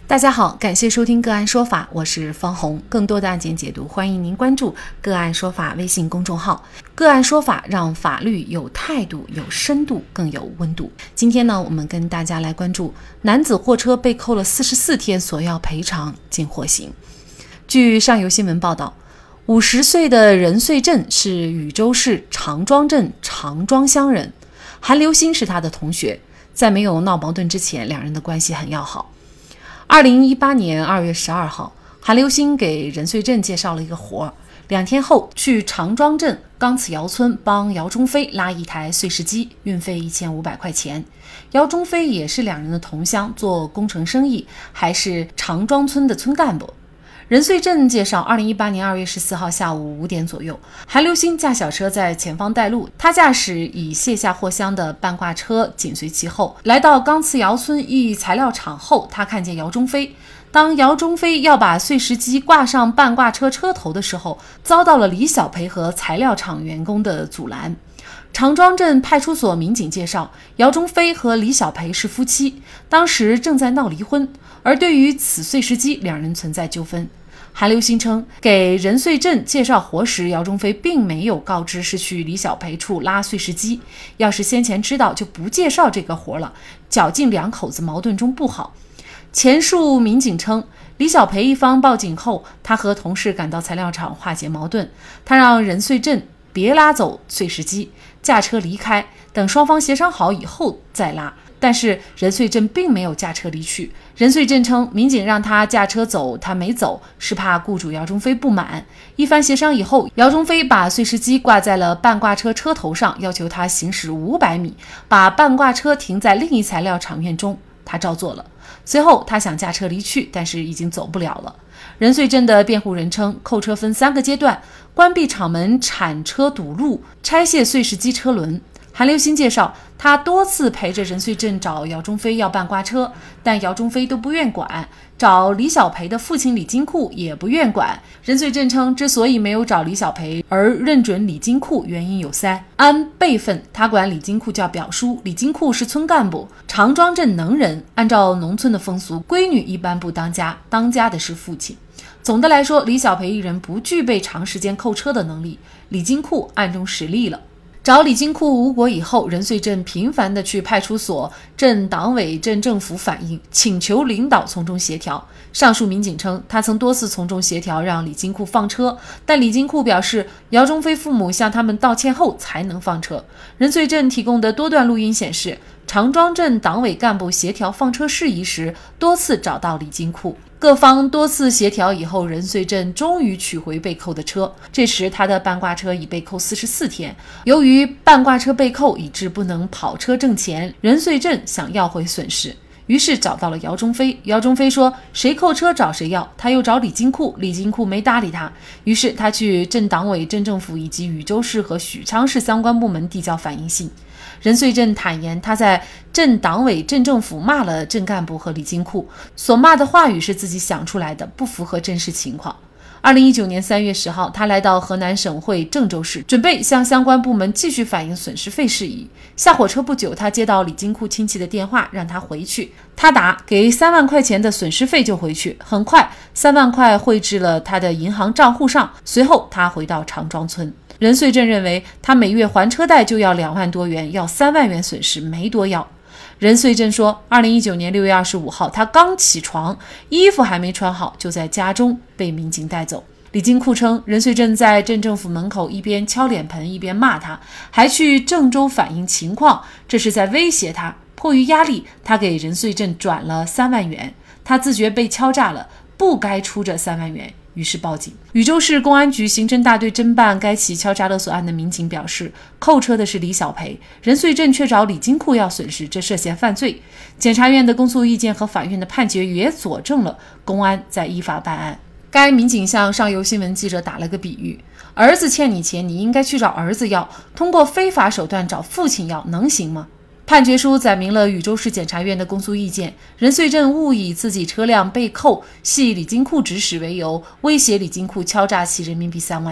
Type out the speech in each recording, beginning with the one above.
大家好，感谢收听个案说法，我是方红。更多的案件解读，欢迎您关注个案说法微信公众号。个案说法让法律有态度、有深度、更有温度。今天呢，我们跟大家来关注男子货车被扣了44天索要赔偿，竟获刑。据上游新闻报道，50岁的任穗镇是禹州市长庄镇长庄乡人，韩流星是他的同学，在没有闹矛盾之前，两人的关系很要好。2018年2月12号，韩流星给任穗镇介绍了一个活，2天后去长庄镇钢子窑村帮姚中飞拉一台碎石机，运费1500块钱。姚中飞也是两人的同乡，做工程生意，还是长庄村的村干部。任穗镇介绍，2018年2月14号下午5点左右，韩流星驾小车在前方带路，他驾驶已卸下货箱的半挂车紧随其后。来到钢次窑村一材料厂后，他看见姚中飞。当姚中飞要把碎石机挂上半挂车车头的时候，遭到了李小培和材料厂员工的阻拦。长庄镇派出所民警介绍，姚中飞和李小培是夫妻，当时正在闹离婚，而对于此碎石机，两人存在纠纷。韩流星称，给任穗镇介绍活时，姚中飞并没有告知是去李小培处拉碎石机，要是先前知道就不介绍这个活了，搅进两口子矛盾中不好。前述民警称，李小培一方报警后，他和同事赶到材料厂化解矛盾，他让任穗镇别拉走碎石机，驾车离开，等双方协商好以后再拉。但是任穗镇并没有驾车离去。任穗镇称，民警让他驾车走，他没走，是怕雇主姚中飞不满。一番协商以后，姚中飞把碎石机挂在了半挂车车头上，要求他行驶500米，把半挂车停在另一材料厂院中。他照做了。随后他想驾车离去，但是已经走不了了。任穗镇的辩护人称，扣车分3个阶段：关闭厂门、铲车堵路、拆卸碎石机车轮。韩流星介绍，他多次陪着任穗镇找姚中飞要半挂车，但姚中飞都不愿管，找李小培的父亲李金库也不愿管。任穗镇称，之所以没有找李小培而认准李金库，原因有3：按辈分，他管李金库叫表叔，李金库是村干部，长庄镇能人，按照农村的风俗，闺女一般不当家，当家的是父亲。总的来说，李小培一人不具备长时间扣车的能力，李金库暗中使力了。找李金库无果以后，任穗镇频繁地去派出所、镇党委、镇政府反映，请求领导从中协调。上述民警称，他曾多次从中协调让李金库放车，但李金库表示，姚中飞父母向他们道歉后才能放车。任穗镇提供的多段录音显示，长庄镇党委干部协调放车事宜时，多次找到李金库。各方多次协调以后，任穗镇终于取回被扣的车。这时他的半挂车已被扣44天。由于半挂车被扣，以致不能跑车挣钱，任穗镇想要回损失，于是找到了姚中飞。姚中飞说，谁扣车找谁要。他又找李金库，李金库没搭理他。于是他去镇党委、镇政府以及禹州市和许昌市相关部门递交反映信。任穗镇坦言，他在镇党委、镇政府骂了镇干部和李金库，所骂的话语是自己想出来的，不符合真实情况。2019年3月10号，他来到河南省会郑州市，准备向相关部门继续反映损失费事宜。下火车不久，他接到李金库亲戚的电话，让他回去。他打给3万块钱的损失费就回去，很快3万块汇至了他的银行账户上。随后他回到长庄村。任穗镇认为，他每月还车贷就要2万多元，要3万元损失没多要。任穗镇说，2019年6月25号，他刚起床，衣服还没穿好，就在家中被民警带走。李金库称，任穗镇在镇政府门口一边敲脸盆一边骂他，还去郑州反映情况，这是在威胁他。迫于压力，他给任穗镇转了3万元，他自觉被敲诈了，不该出这3万元，于是报警。禹州市公安局刑侦大队侦办该起敲诈勒索案的民警表示，扣车的是李小培，任穗镇却找李金库要损失，这涉嫌犯罪。检察院的公诉意见和法院的判决也佐证了公安在依法办案。该民警向上游新闻记者打了个比喻，儿子欠你钱，你应该去找儿子要，通过非法手段找父亲要，能行吗？判决书载明了禹州市检察院的公诉意见，任穗镇误以自己车辆被扣系李金库指使为由，威胁李金库敲诈其人民币3万元。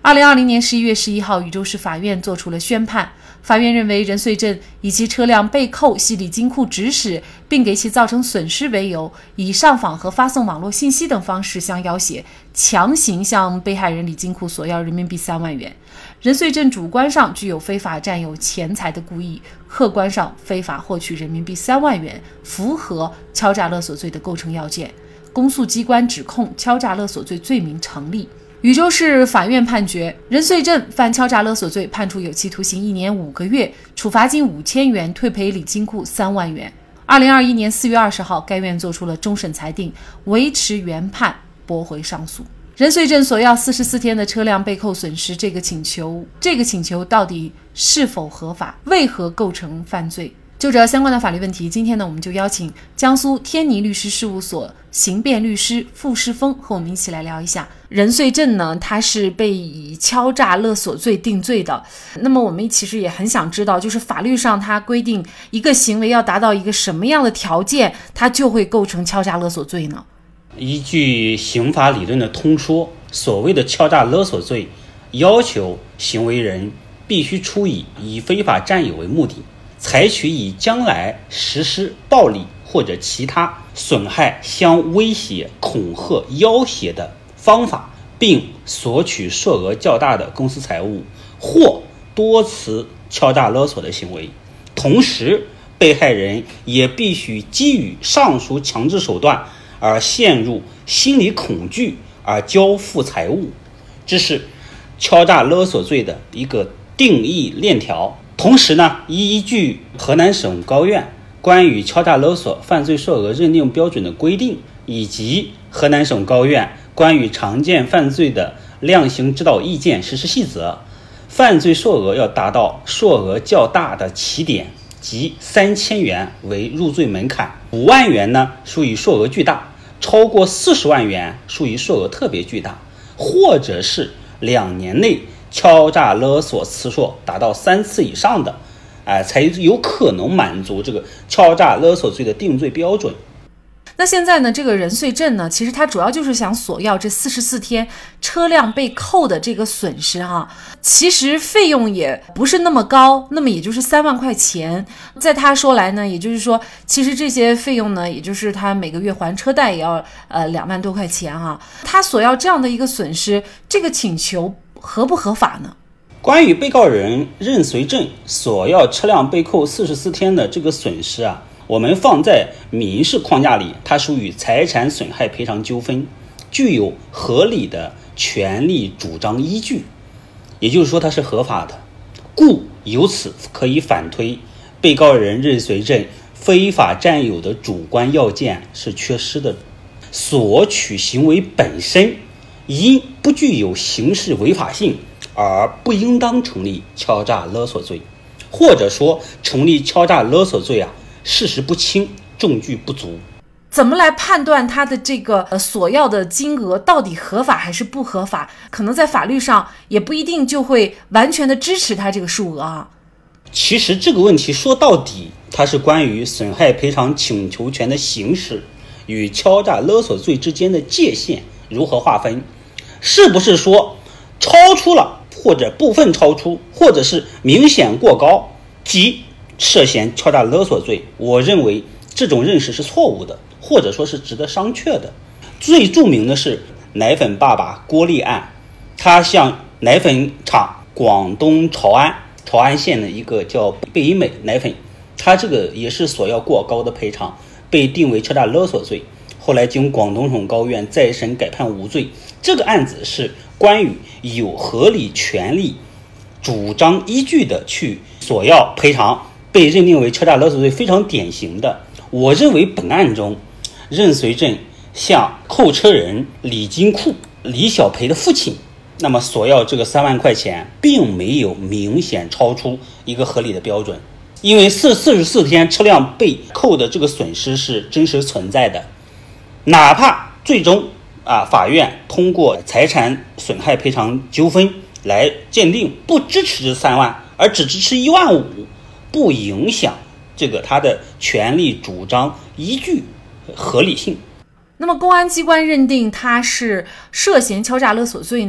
2020年11月11号，禹州市法院作出了宣判。法院认为，任穗镇以其车辆被扣系李金库指使，并给其造成损失为由，以上访和发送网络信息等方式相要挟，强行向被害人李金库索要人民币3万元。任穗镇主观上具有非法占有钱财的故意，客观上非法获取人民币3万元，符合敲诈勒索罪的构成要件。公诉机关指控敲诈勒索罪罪名成立。禹州市法院判决，任穗镇犯敲诈勒索罪，判处有期徒刑1年5个月，处罚金5000元，退赔李金库3万元。2021年4月20号，该院作出了终审裁定，维持原判，驳回上诉。任穗镇索要44天的车辆被扣损失这个请求到底是否合法？为何构成犯罪？就这相关的法律问题，今天呢，我们就邀请江苏天尼律师事务所刑辩律师傅世峰和我们一起来聊一下。任穗镇呢，他是被以敲诈勒索罪定罪的。那么我们其实也很想知道，就是法律上它规定一个行为要达到一个什么样的条件，它就会构成敲诈勒索罪呢？ 依据刑法理论的通说，所谓的敲诈勒索罪，要求行为人必须出以非法占有为目的，采取以将来实施暴力或者其他损害相威胁、恐吓、要挟的方法，并索取数额较大的公私财物，或多次敲诈勒索的行为。同时，被害人也必须基于上述强制手段而陷入心理恐惧而交付财物，这是敲诈勒索罪的一个定义链条。同时呢，依据河南省高院关于敲诈勒索犯罪数额认定标准的规定，以及河南省高院关于常见犯罪的量刑指导意见实施细则，犯罪数额要达到数额较大的起点，即3000元为入罪门槛，5万元呢属于数额巨大，超过40万元属于数额特别巨大，或者是2年内敲诈勒索次数达到3次以上的，才有可能满足这个敲诈勒索罪的定罪标准。 那现在呢，这个任穗镇呢，其实他主要就是想索要这44天车辆被扣的这个损失哈。其实费用也不是那么高，那么也就是3万块钱。在他说来呢，也就是说，其实这些费用呢，也就是他每个月还车贷也要2万多块钱哈。他索要这样的一个损失，这个请求合不合法呢？ 关于被告人任穗镇索要车辆被扣44天的这个损失啊，我们放在民事框架里，它属于财产损害赔偿纠纷，具有合理的权利主张依据，也就是说它是合法的，故由此可以反推被告人任穗镇非法占有的主观要件是缺失的，索取行为本身因不具有刑事违法性而不应当成立敲诈勒索罪，或者说成立敲诈勒索罪事实不清，证据不足。 怎么来判断他的这个索要的金额到底合法还是不合法？可能在法律上也不一定就会完全的支持他这个数额啊。 其实这个问题说到底，它是关于损害赔偿请求权的行使与敲诈勒索罪之间的界限如何划分，是不是说超出了，或者部分超出，或者是明显过高，即涉嫌敲诈勒索罪。我认为这种认识是错误的，或者说是值得商榷的。最著名的是奶粉爸爸郭立案，他向奶粉厂广东潮安县的一个叫贝因美奶粉，他这个也是索要过高的赔偿，被定为敲诈勒索罪，后来经广东省高院再审改判无罪。这个案子是关于有合理权利主张依据的去索要赔偿，被认定为敲诈勒索罪，非常典型的。我认为本案中任穗镇向扣车人李金库李小培的父亲那么索要这个3万块钱，并没有明显超出一个合理的标准，因为44天车辆被扣的这个损失是真实存在的，哪怕最终法院通过财产损害赔偿纠纷来鉴定不支持这3万，而只支持1万5，不影响这个他的权利主张依据合理性。 那么公安机关认定他是涉嫌敲诈勒索罪呢，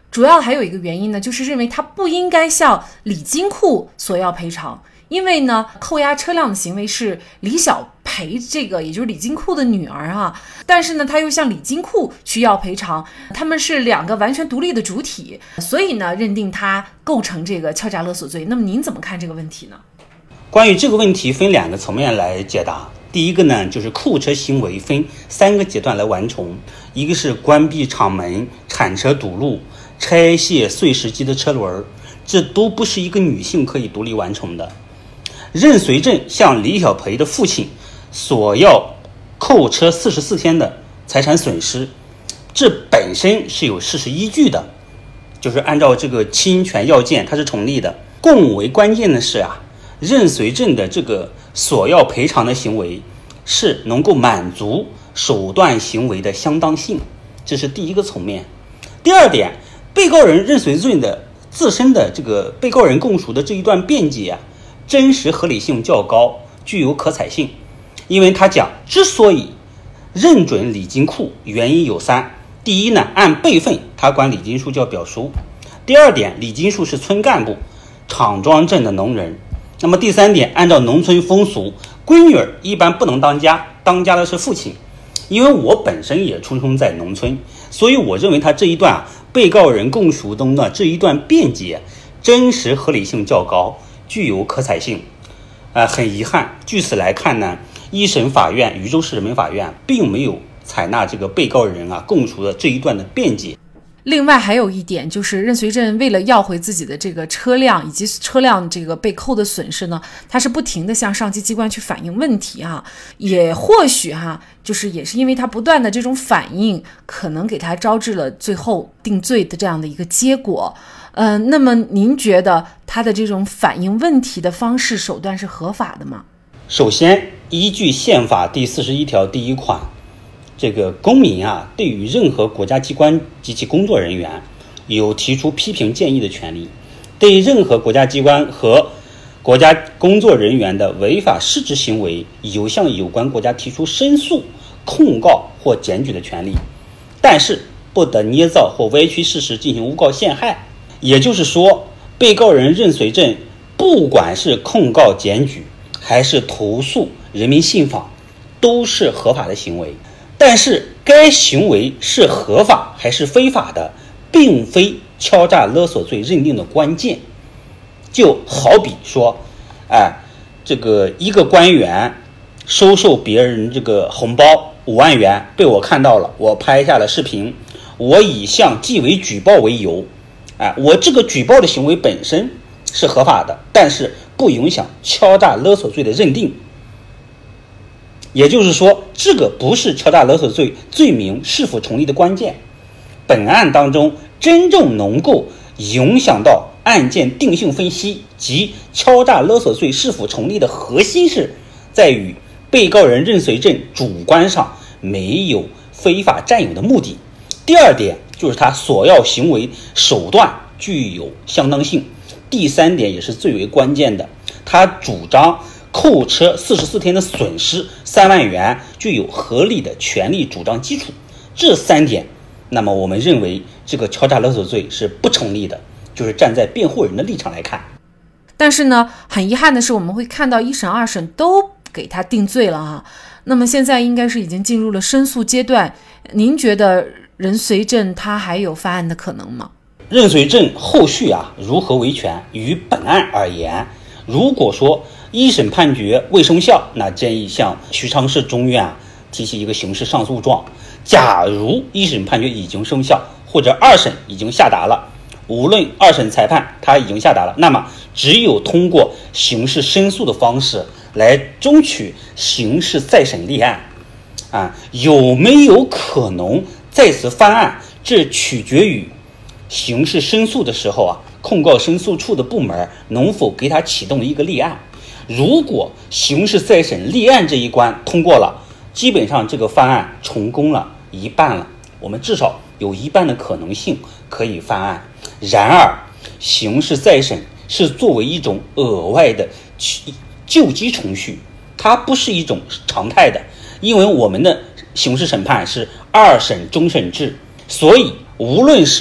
主要还有一个原因呢，就是认为他不应该向李金库索要赔偿，因为呢，扣押车辆的行为是李小培也就是李金库的女儿但是呢，他又向李金库去要赔偿，他们是两个完全独立的主体，所以呢，认定他构成这个敲诈勒索罪。那么您怎么看这个问题呢？ 关于这个问题分2个层面来解答。第一个呢，就是扣车行为分3个阶段来完成，一个是关闭厂门、铲车堵路、拆卸碎石机的车轮，这都不是一个女性可以独立完成的。任随正向李小培的父亲索要扣车44天的财产损失，这本身是有事实依据的，就是按照这个侵权要件它是成立的。更为关键的是任随正的这个索要赔偿的行为是能够满足手段行为的相当性，这是第一个层面。第二点，被告人任随正的自身的这个被告人供述的这一段辩解真实合理性较高，具有可采性。因为他讲，之所以认准李金库，原因有3。第一呢，按辈分他管李金树叫表叔。第二点，李金树是村干部，厂庄镇的农人。那么第3点，按照农村风俗，闺女儿一般不能当家，当家的是父亲。因为我本身也出生在农村，所以我认为他这一段被告人供述中的这一段辩解真实合理性较高，具有可采性。很遗憾，据此来看呢，一审法院禹州市人民法院并没有采纳这个被告人供述的这一段的辩解。 另外还有一点，就是任随正为了要回自己的这个车辆以及车辆这个被扣的损失呢，他是不停的向上级机关去反映问题也或许就是也是因为他不断的这种反应，可能给他招致了最后定罪的这样的一个结果。那么您觉得他的这种反映问题的方式手段是合法的吗？ 首先，依据宪法第41条第1款，这个公民对于任何国家机关及其工作人员有提出批评建议的权利，对任何国家机关和国家工作人员的违法失职行为有向有关国家提出申诉、控告或检举的权利，但是不得捏造或歪曲事实进行诬告陷害。也就是说，被告人任随正不管是控告检举还是投诉人民信访，都是合法的行为。但是该行为是合法还是非法的，并非敲诈勒索罪认定的关键。就好比说这个一个官员收受别人这个红包5万元，被我看到了，我拍下了视频，我以向纪委举报为由我这个举报的行为本身是合法的，但是不影响敲诈勒索罪的认定。也就是说，这个不是敲诈勒索罪罪名是否成立的关键。本案当中真正能够影响到案件定性分析及敲诈勒索罪是否成立的核心是在于被告人任随正主观上没有非法占有的目的。第二点就是他索要行为手段具有相当性。第3点也是最为关键的，他主张扣车44天的损失3万元具有合理的权利主张基础。这3点，那么我们认为这个敲诈勒索罪是不成立的，就是站在辩护人的立场来看。 但是呢，很遗憾的是，我们会看到1审2审都给他定罪了那么现在应该是已经进入了申诉阶段，您觉得任随正他还有翻案的可能吗？ 任随正后续如何维权，于本案而言，如果说1审判决未生效，那建议向许昌市中院提起一个刑事上诉状。假如1审判决已经生效，或者2审已经下达了，无论2审裁判他已经下达了，那么只有通过刑事申诉的方式来争取刑事再审立案有没有可能再次翻案，这取决于刑事申诉的时候控告申诉处的部门能否给他启动一个立案。如果刑事再审立案这一关通过了，基本上这个翻案成功了一半了，我们至少有一半的可能性可以翻案。然而刑事再审是作为一种额外的救济程序，它不是一种常态的，因为我们的刑事审判是2审终审制，所以无论是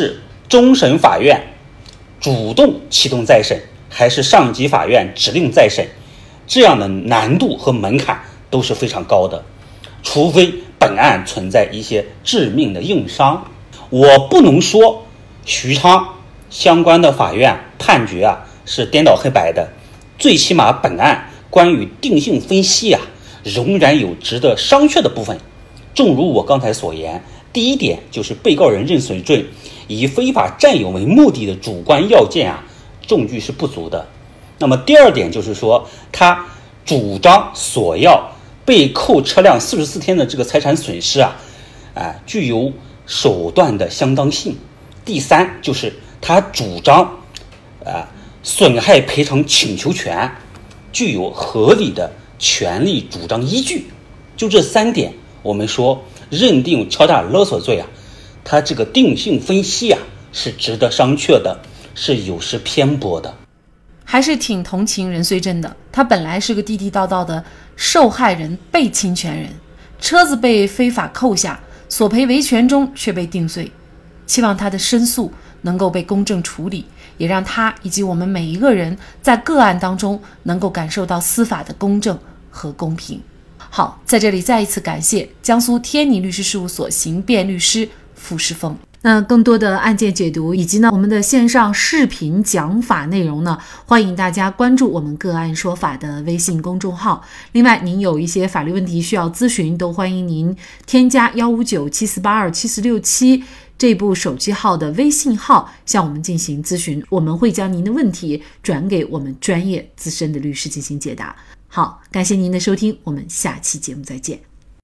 终审法院主动启动再审，还是上级法院指令再审，这样的难度和门槛都是非常高的，除非本案存在一些致命的硬伤。我不能说徐昌相关的法院判决是颠倒黑白的，最起码本案关于定性分析仍然有值得商榷的部分。正如我刚才所言，第一点就是被告人认损罪以非法占有为目的的主观要件证据是不足的。那么第二点就是说，他主张索要被扣车辆44天的这个财产损失具有手段的相当性。第三就是他主张损害赔偿请求权具有合理的权利主张依据。就这3点，我们说认定敲诈勒索罪它这个定性分析是值得商榷的，是有失偏颇的。 还是挺同情任穗珍的，他本来是个地地道道的受害人被侵权人，车子被非法扣下，索赔维权中却被定罪，期望他的申诉能够被公正处理，也让他以及我们每一个人在个案当中能够感受到司法的公正和公平。好，在这里再一次感谢江苏天尼律师事务所刑辩律师傅世峰。那更多的案件解读以及我们的线上视频讲法内容呢，欢迎大家关注我们个案说法的微信公众号。另外您有一些法律问题需要咨询，都欢迎您添加15974827467这部手机号的微信号向我们进行咨询，我们会将您的问题转给我们专业资深的律师进行解答。好，感谢您的收听，我们下期节目再见。